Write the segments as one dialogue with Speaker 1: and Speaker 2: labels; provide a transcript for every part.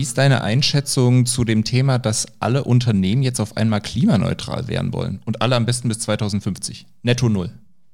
Speaker 1: ist deine Einschätzung zu dem Thema, dass alle Unternehmen jetzt auf einmal klimaneutral werden wollen und alle am besten bis 2050? Netto null.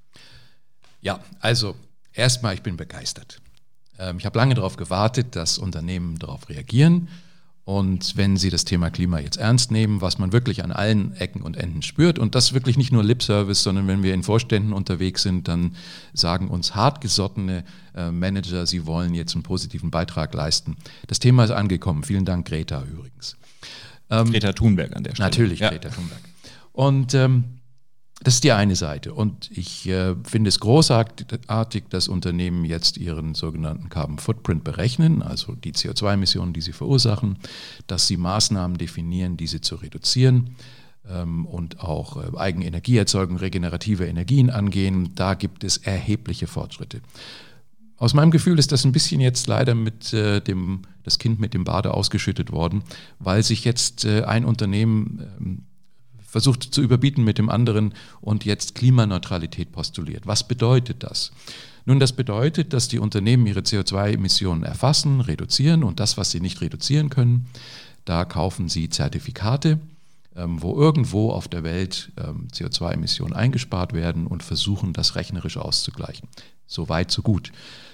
Speaker 2: Ja, also erstmal, ich bin begeistert. Ich habe lange darauf gewartet, dass Unternehmen darauf reagieren. Und wenn sie das Thema Klima jetzt ernst nehmen, was man wirklich an allen Ecken und Enden spürt, und das wirklich nicht nur Lip-Service, sondern wenn wir in Vorständen unterwegs sind, dann sagen uns hartgesottene Manager, sie wollen jetzt einen positiven Beitrag leisten. Das Thema ist angekommen. Vielen Dank, Greta übrigens.
Speaker 1: Greta Thunberg an der Stelle.
Speaker 2: Natürlich, ja. Greta Thunberg. Und das ist die eine Seite. Und ich finde es großartig, dass Unternehmen jetzt ihren sogenannten Carbon Footprint berechnen, also die CO2-Emissionen, die sie verursachen, dass sie Maßnahmen definieren, diese zu reduzieren und auch Eigenenergieerzeugung, regenerative Energien angehen. Da gibt es erhebliche Fortschritte. Aus meinem Gefühl ist das ein bisschen jetzt leider mit das Kind mit dem Bade ausgeschüttet worden, weil sich jetzt ein Unternehmen versucht zu überbieten mit dem anderen und jetzt Klimaneutralität postuliert. Was bedeutet das? Nun, das bedeutet, dass die Unternehmen ihre CO2-Emissionen erfassen, reduzieren und das, was sie nicht reduzieren können, da kaufen sie Zertifikate, wo irgendwo auf der Welt CO2-Emissionen eingespart werden und versuchen, das rechnerisch auszugleichen. So weit, so gut.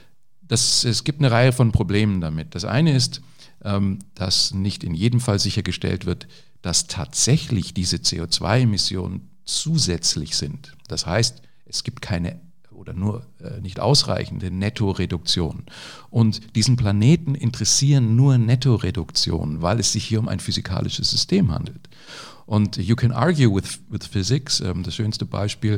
Speaker 2: Es gibt eine Reihe von Problemen damit. Das eine ist, dass nicht in jedem Fall sichergestellt wird, dass tatsächlich diese CO2-Emissionen zusätzlich sind. Das heißt, es gibt keine oder nur nicht ausreichende Nettoreduktion. Und diesen Planeten interessieren nur Nettoreduktionen, weil es sich hier um ein physikalisches System handelt. Und you can argue with physics. Das schönste Beispiel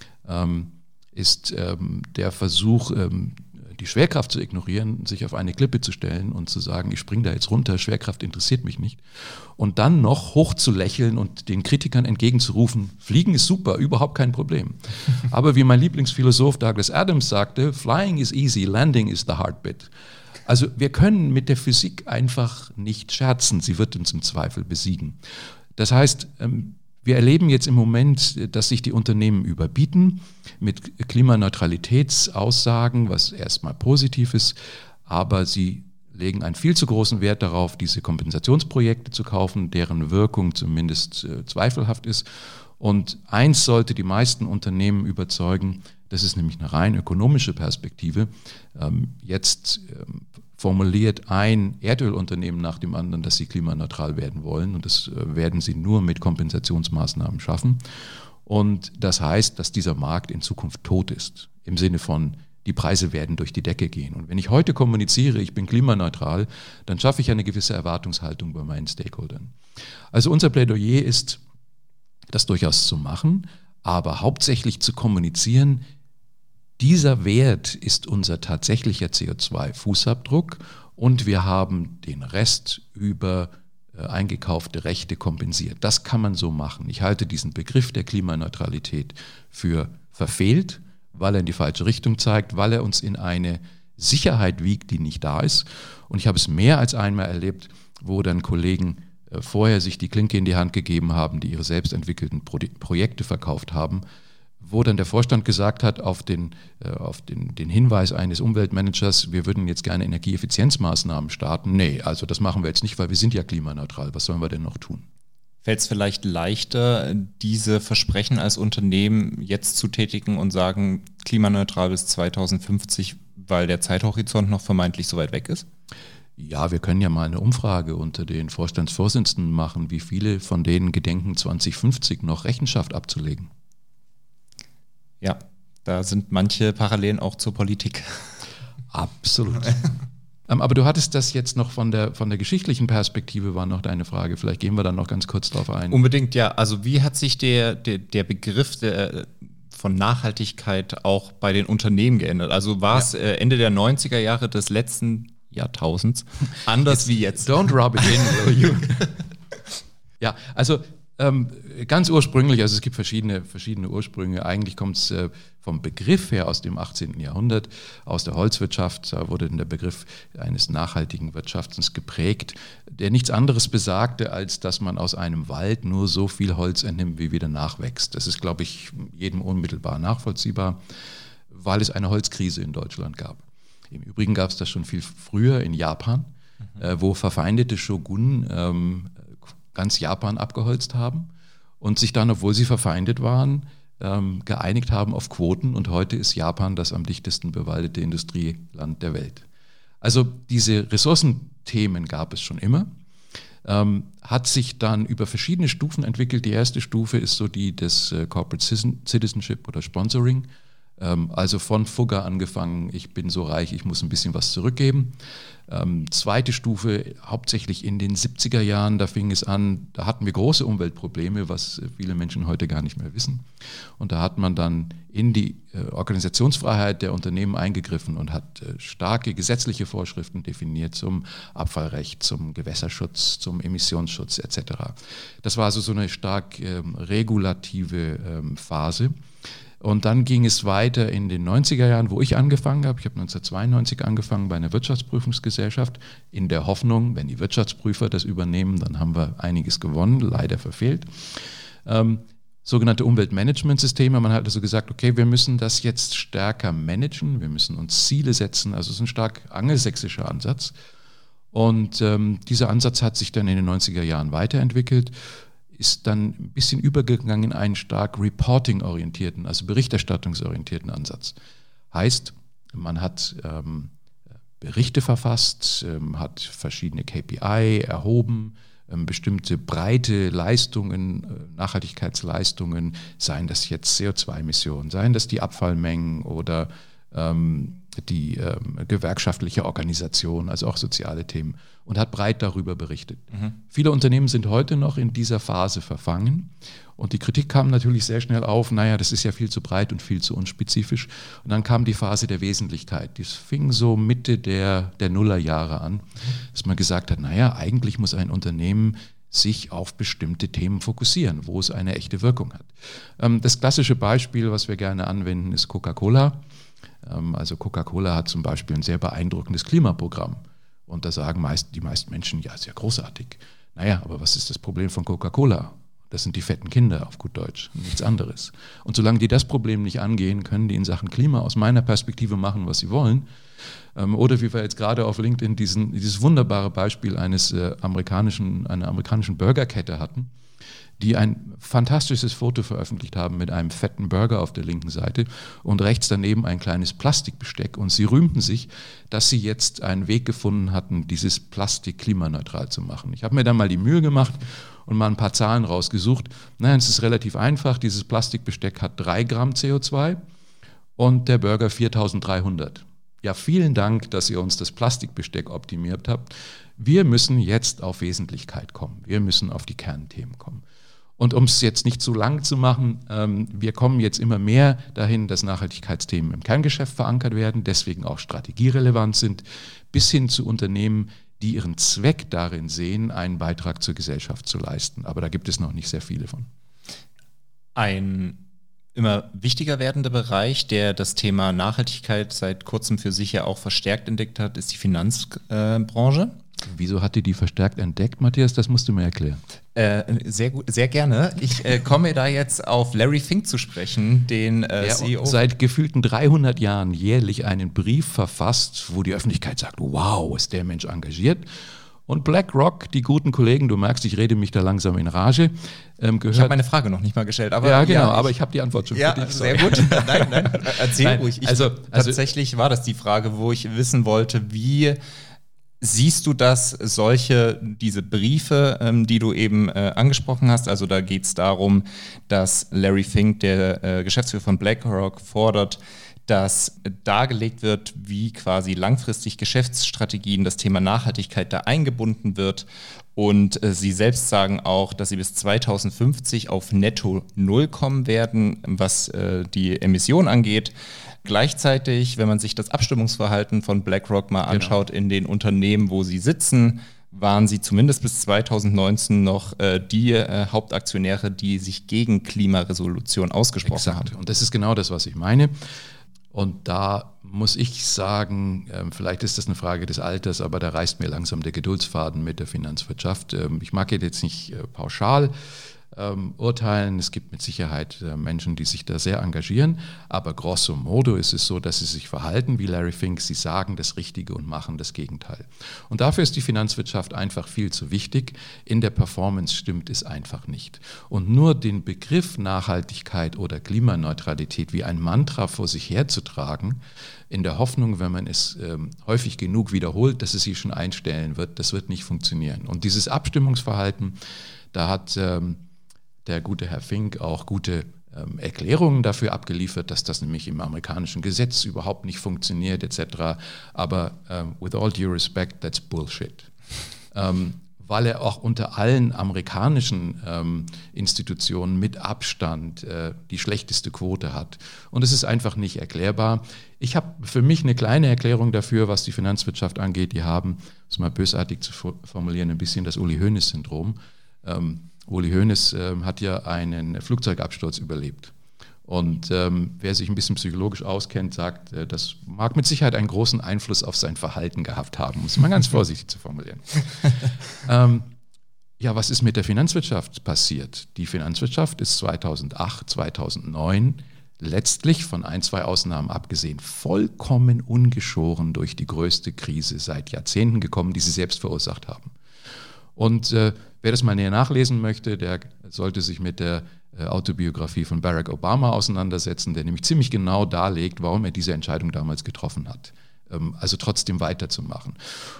Speaker 2: ist der Versuch, die Schwerkraft zu ignorieren, sich auf eine Klippe zu stellen und zu sagen, ich springe da jetzt runter, Schwerkraft interessiert mich nicht. Und dann noch hoch zu lächeln und den Kritikern entgegenzurufen, Fliegen ist super, überhaupt kein Problem. Aber wie mein Lieblingsphilosoph Douglas Adams sagte, Flying is easy, landing is the hard bit. Also wir können mit der Physik einfach nicht scherzen, sie wird uns im Zweifel besiegen. Das heißt, wir erleben jetzt im Moment, dass sich die Unternehmen überbieten mit Klimaneutralitätsaussagen, was erstmal positiv ist, aber sie legen einen viel zu großen Wert darauf, diese Kompensationsprojekte zu kaufen, deren Wirkung zumindest zweifelhaft ist. Und eins sollte die meisten Unternehmen überzeugen, das ist nämlich eine rein ökonomische Perspektive. Jetzt formuliert ein Erdölunternehmen nach dem anderen, dass sie klimaneutral werden wollen und das werden sie nur mit Kompensationsmaßnahmen schaffen. Und das heißt, dass dieser Markt in Zukunft tot ist, im Sinne von, die Preise werden durch die Decke gehen. Und wenn ich heute kommuniziere, ich bin klimaneutral, dann schaffe ich eine gewisse Erwartungshaltung bei meinen Stakeholdern. Also unser Plädoyer ist, das durchaus zu machen, aber hauptsächlich zu kommunizieren, dieser Wert ist unser tatsächlicher CO2-Fußabdruck und wir haben den Rest über eingekaufte Rechte kompensiert. Das kann man so machen. Ich halte diesen Begriff der Klimaneutralität für verfehlt, weil er in die falsche Richtung zeigt, weil er uns in eine Sicherheit wiegt, die nicht da ist. Und ich habe es mehr als einmal erlebt, wo dann Kollegen vorher sich die Klinke in die Hand gegeben haben, die ihre selbst entwickelten Projekte verkauft haben, wo dann der Vorstand gesagt hat, auf den Hinweis eines Umweltmanagers, wir würden jetzt gerne Energieeffizienzmaßnahmen starten. Nee, also das machen wir jetzt nicht, weil wir sind ja klimaneutral. Was sollen wir denn noch tun?
Speaker 1: Fällt es vielleicht leichter, diese Versprechen als Unternehmen jetzt zu tätigen und sagen, klimaneutral bis 2050, weil der Zeithorizont noch vermeintlich so weit weg ist?
Speaker 2: Ja, wir können ja mal eine Umfrage unter den Vorstandsvorsitzenden machen, wie viele von denen gedenken, 2050 noch Rechenschaft abzulegen.
Speaker 1: Ja, da sind manche Parallelen auch zur Politik.
Speaker 2: Absolut. Aber du hattest das jetzt noch von der geschichtlichen Perspektive, war noch deine Frage. Vielleicht gehen wir dann noch ganz kurz drauf ein.
Speaker 1: Unbedingt, ja. Also wie hat sich der Begriff von Nachhaltigkeit auch bei den Unternehmen geändert? Also war es Ende der 90er Jahre des letzten Jahrtausends anders wie jetzt?
Speaker 2: Don't rub it in, will you? Ja, also ganz ursprünglich, also es gibt verschiedene Ursprünge. Eigentlich kommt es vom Begriff her aus dem 18. Jahrhundert, aus der Holzwirtschaft. Da wurde der Begriff eines nachhaltigen Wirtschaftens geprägt, der nichts anderes besagte, als dass man aus einem Wald nur so viel Holz entnimmt, wie wieder nachwächst. Das ist, glaube ich, jedem unmittelbar nachvollziehbar, weil es eine Holzkrise in Deutschland gab. Im Übrigen gab es das schon viel früher in Japan. wo verfeindete Shogun ganz Japan abgeholzt haben und sich dann, obwohl sie verfeindet waren, geeinigt haben auf Quoten. Und heute ist Japan das am dichtesten bewaldete Industrieland der Welt. Also diese Ressourcenthemen gab es schon immer. Hat sich dann über verschiedene Stufen entwickelt. Die erste Stufe ist so die des Corporate Citizenship oder Sponsoring. Also von Fugger angefangen, ich bin so reich, ich muss ein bisschen was zurückgeben. Zweite Stufe, hauptsächlich in den 70er Jahren, da fing es an, da hatten wir große Umweltprobleme, was viele Menschen heute gar nicht mehr wissen. Und da hat man dann in die Organisationsfreiheit der Unternehmen eingegriffen und hat starke gesetzliche Vorschriften definiert zum Abfallrecht, zum Gewässerschutz, zum Emissionsschutz etc. Das war also so eine stark regulative Phase. Und dann ging es weiter in den 90er Jahren, wo ich angefangen habe. Ich habe 1992 angefangen bei einer Wirtschaftsprüfungsgesellschaft in der Hoffnung, wenn die Wirtschaftsprüfer das übernehmen, dann haben wir einiges gewonnen, leider verfehlt. Sogenannte Umweltmanagementsysteme. Man hat also gesagt, okay, wir müssen das jetzt stärker managen, wir müssen uns Ziele setzen. Also es ist ein stark angelsächsischer Ansatz. Und dieser Ansatz hat sich dann in den 90er Jahren weiterentwickelt, ist dann ein bisschen übergegangen in einen stark reporting-orientierten, also berichterstattungsorientierten Ansatz. Heißt, man hat Berichte verfasst, hat verschiedene KPI erhoben, bestimmte breite Leistungen, Nachhaltigkeitsleistungen, seien das jetzt CO2-Emissionen, seien das die Abfallmengen oder die gewerkschaftliche Organisation, also auch soziale Themen, und hat breit darüber berichtet. Viele Unternehmen sind heute noch in dieser Phase verfangen und die Kritik kam natürlich sehr schnell auf, naja, das ist ja viel zu breit und viel zu unspezifisch. Und dann kam die Phase der Wesentlichkeit. Das fing so Mitte der Nullerjahre an, dass man gesagt hat, naja, eigentlich muss ein Unternehmen sich auf bestimmte Themen fokussieren, wo es eine echte Wirkung hat. Das klassische Beispiel, was wir gerne anwenden, ist Coca-Cola. Also Coca-Cola hat zum Beispiel ein sehr beeindruckendes Klimaprogramm. Und da sagen die meisten Menschen, ja, ist ja großartig. Naja, aber was ist das Problem von Coca-Cola? Das sind die fetten Kinder, auf gut Deutsch, nichts anderes. Und solange die das Problem nicht angehen, können die in Sachen Klima aus meiner Perspektive machen, was sie wollen. Oder wie wir jetzt gerade auf LinkedIn dieses wunderbare Beispiel einer amerikanischen Burgerkette hatten, die ein fantastisches Foto veröffentlicht haben mit einem fetten Burger auf der linken Seite und rechts daneben ein kleines Plastikbesteck. Und sie rühmten sich, dass sie jetzt einen Weg gefunden hatten, dieses Plastik klimaneutral zu machen. Ich habe mir dann mal die Mühe gemacht und mal ein paar Zahlen rausgesucht. Nein, es ist relativ einfach. Dieses Plastikbesteck hat 3 Gramm CO2 und der Burger 4.300. Ja, vielen Dank, dass ihr uns das Plastikbesteck optimiert habt. Wir müssen jetzt auf Wesentlichkeit kommen. Wir müssen auf die Kernthemen kommen. Und um es jetzt nicht zu lang zu machen, wir kommen jetzt immer mehr dahin, dass Nachhaltigkeitsthemen im Kerngeschäft verankert werden, deswegen auch strategierelevant sind, bis hin zu Unternehmen, die ihren Zweck darin sehen, einen Beitrag zur Gesellschaft zu leisten. Aber da gibt es noch nicht sehr viele von.
Speaker 1: Ein immer wichtiger werdender Bereich, der das Thema Nachhaltigkeit seit kurzem für sich ja auch verstärkt entdeckt hat, ist die Finanzbranche.
Speaker 2: Wieso hat die verstärkt entdeckt, Matthias? Das musst du mir erklären.
Speaker 1: Sehr gut, sehr gerne. Ich komme da jetzt auf Larry Fink zu sprechen, den CEO.
Speaker 2: Seit gefühlten 300 Jahren jährlich einen Brief verfasst, wo die Öffentlichkeit sagt, wow, ist der Mensch engagiert. Und BlackRock, die guten Kollegen, du merkst, ich rede mich da langsam in Rage, gehört. Ich
Speaker 1: habe meine Frage noch nicht mal gestellt. Aber
Speaker 2: ja, genau, aber ich habe die Antwort schon
Speaker 1: für dich. Sehr gut. Nein, erzähl ruhig. Tatsächlich war das die Frage, wo ich wissen wollte, wie siehst du das, diese Briefe, die du eben angesprochen hast? Also da geht es darum, dass Larry Fink, der Geschäftsführer von BlackRock, fordert, dass dargelegt wird, wie quasi langfristig Geschäftsstrategien, das Thema Nachhaltigkeit da eingebunden wird. Und sie selbst sagen auch, dass sie bis 2050 auf Netto Null kommen werden, was die Emission angeht. Gleichzeitig, wenn man sich das Abstimmungsverhalten von BlackRock mal anschaut, in den Unternehmen, wo sie sitzen, waren sie zumindest bis 2019 noch die Hauptaktionäre, die sich gegen Klimaresolution ausgesprochen haben.
Speaker 2: Und das ist genau das, was ich meine. Und da muss ich sagen, vielleicht ist das eine Frage des Alters, aber da reißt mir langsam der Geduldsfaden mit der Finanzwirtschaft. Ich mag jetzt nicht pauschal urteilen. Es gibt mit Sicherheit Menschen, die sich da sehr engagieren, aber grosso modo ist es so, dass sie sich verhalten wie Larry Fink. Sie sagen das Richtige und machen das Gegenteil. Und dafür ist die Finanzwirtschaft einfach viel zu wichtig. In der Performance stimmt es einfach nicht. Und nur den Begriff Nachhaltigkeit oder Klimaneutralität wie ein Mantra vor sich herzutragen, in der Hoffnung, wenn man es häufig genug wiederholt, dass es sich schon einstellen wird, das wird nicht funktionieren. Und dieses Abstimmungsverhalten, da hat der gute Herr Fink auch gute Erklärungen dafür abgeliefert, dass das nämlich im amerikanischen Gesetz überhaupt nicht funktioniert etc. Aber with all due respect, that's bullshit. Weil er auch unter allen amerikanischen Institutionen mit Abstand die schlechteste Quote hat. Und es ist einfach nicht erklärbar. Ich habe für mich eine kleine Erklärung dafür, was die Finanzwirtschaft angeht. Die haben, um es mal bösartig zu formulieren, ein bisschen das Uli-Hoeneß-Syndrom. Uli Hoeneß hat ja einen Flugzeugabsturz überlebt. Und wer sich ein bisschen psychologisch auskennt, sagt, das mag mit Sicherheit einen großen Einfluss auf sein Verhalten gehabt haben, um es mal ganz vorsichtig zu formulieren. Ja, was ist mit der Finanzwirtschaft passiert? Die Finanzwirtschaft ist 2008, 2009 letztlich von ein, zwei Ausnahmen abgesehen vollkommen ungeschoren durch die größte Krise seit Jahrzehnten gekommen, die sie selbst verursacht haben. Und wer das mal näher nachlesen möchte, der sollte sich mit der Autobiografie von Barack Obama auseinandersetzen, der nämlich ziemlich genau darlegt, warum er diese Entscheidung damals getroffen hat. Also trotzdem weiterzumachen.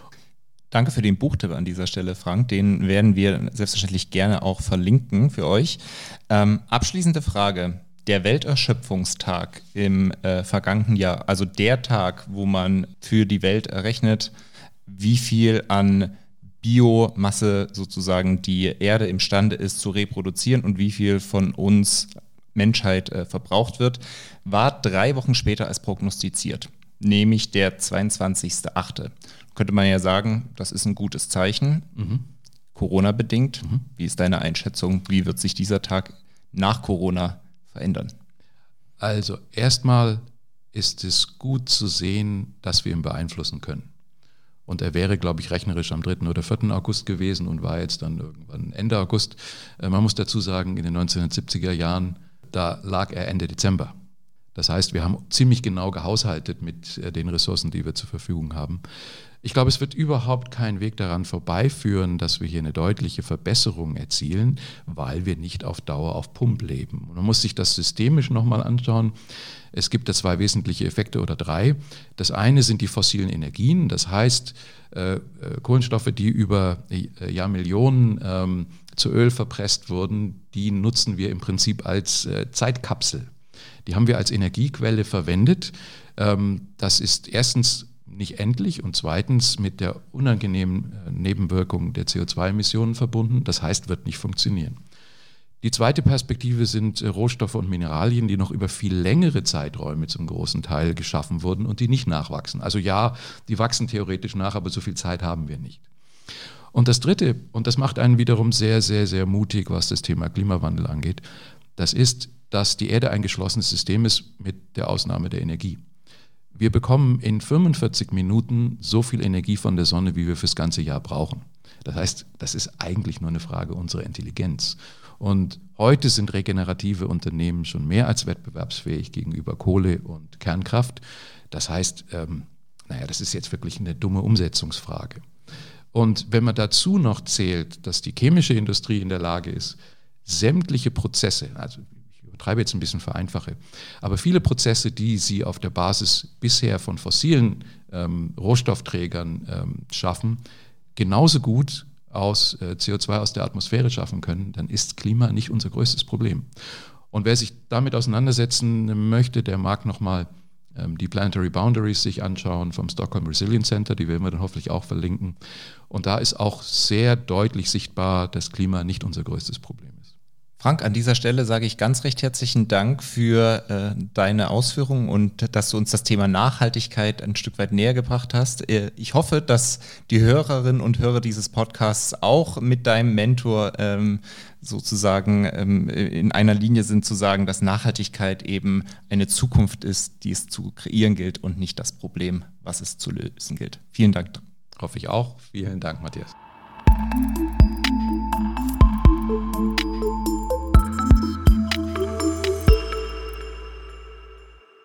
Speaker 1: Danke für den Buchtipp an dieser Stelle, Frank. Den werden wir selbstverständlich gerne auch verlinken für euch. Abschließende Frage. Der Welterschöpfungstag im vergangenen Jahr, also der Tag, wo man für die Welt errechnet, wie viel an Biomasse sozusagen die Erde imstande ist zu reproduzieren und wie viel von uns Menschheit verbraucht wird, war 3 Wochen später als prognostiziert, nämlich der 22.08. Könnte man ja sagen, das ist ein gutes Zeichen, Corona-bedingt. Wie ist deine Einschätzung? Wie wird sich dieser Tag nach Corona verändern?
Speaker 2: Also erstmal ist es gut zu sehen, dass wir ihn beeinflussen können. Und er wäre, glaube ich, rechnerisch am 3. oder 4. August gewesen und war jetzt dann irgendwann Ende August. Man muss dazu sagen, in den 1970er Jahren, da lag er Ende Dezember. Das heißt, wir haben ziemlich genau gehaushaltet mit den Ressourcen, die wir zur Verfügung haben. Ich glaube, es wird überhaupt kein Weg daran vorbeiführen, dass wir hier eine deutliche Verbesserung erzielen, weil wir nicht auf Dauer auf Pump leben. Und man muss sich das systemisch nochmal anschauen. Es gibt da 2 wesentliche Effekte oder 3. Das eine sind die fossilen Energien, das heißt Kohlenstoffe, die über Jahrmillionen zu Öl verpresst wurden, die nutzen wir im Prinzip als Zeitkapsel. Die haben wir als Energiequelle verwendet. Das ist erstens nicht endlich und zweitens mit der unangenehmen Nebenwirkung der CO2-Emissionen verbunden. Das heißt, wird nicht funktionieren. Die zweite Perspektive sind Rohstoffe und Mineralien, die noch über viel längere Zeiträume zum großen Teil geschaffen wurden und die nicht nachwachsen. Also ja, die wachsen theoretisch nach, aber so viel Zeit haben wir nicht. Und das Dritte, und das macht einen wiederum sehr, sehr, sehr mutig, was das Thema Klimawandel angeht, das ist, dass die Erde ein geschlossenes System ist mit der Ausnahme der Energie. Wir bekommen in 45 Minuten so viel Energie von der Sonne, wie wir fürs ganze Jahr brauchen. Das heißt, das ist eigentlich nur eine Frage unserer Intelligenz. Und heute sind regenerative Unternehmen schon mehr als wettbewerbsfähig gegenüber Kohle und Kernkraft. Das heißt, das ist jetzt wirklich eine dumme Umsetzungsfrage. Und wenn man dazu noch zählt, dass die chemische Industrie in der Lage ist, sämtliche Prozesse, also ich übertreibe jetzt ein bisschen, vereinfache, aber viele Prozesse, die sie auf der Basis bisher von fossilen Rohstoffträgern schaffen, genauso gut aus CO2 aus der Atmosphäre schaffen können, dann ist Klima nicht unser größtes Problem. Und wer sich damit auseinandersetzen möchte, der mag nochmal die Planetary Boundaries sich anschauen vom Stockholm Resilience Center, die werden wir dann hoffentlich auch verlinken. Und da ist auch sehr deutlich sichtbar, dass Klima nicht unser größtes Problem ist.
Speaker 1: Frank, an dieser Stelle sage ich ganz recht herzlichen Dank für deine Ausführungen und dass du uns das Thema Nachhaltigkeit ein Stück weit näher gebracht hast. Ich hoffe, dass die Hörerinnen und Hörer dieses Podcasts auch mit deinem Mentor sozusagen in einer Linie sind, zu sagen, dass Nachhaltigkeit eben eine Zukunft ist, die es zu kreieren gilt und nicht das Problem, was es zu lösen gilt. Vielen Dank.
Speaker 2: Hoffe ich auch. Vielen Dank, Matthias.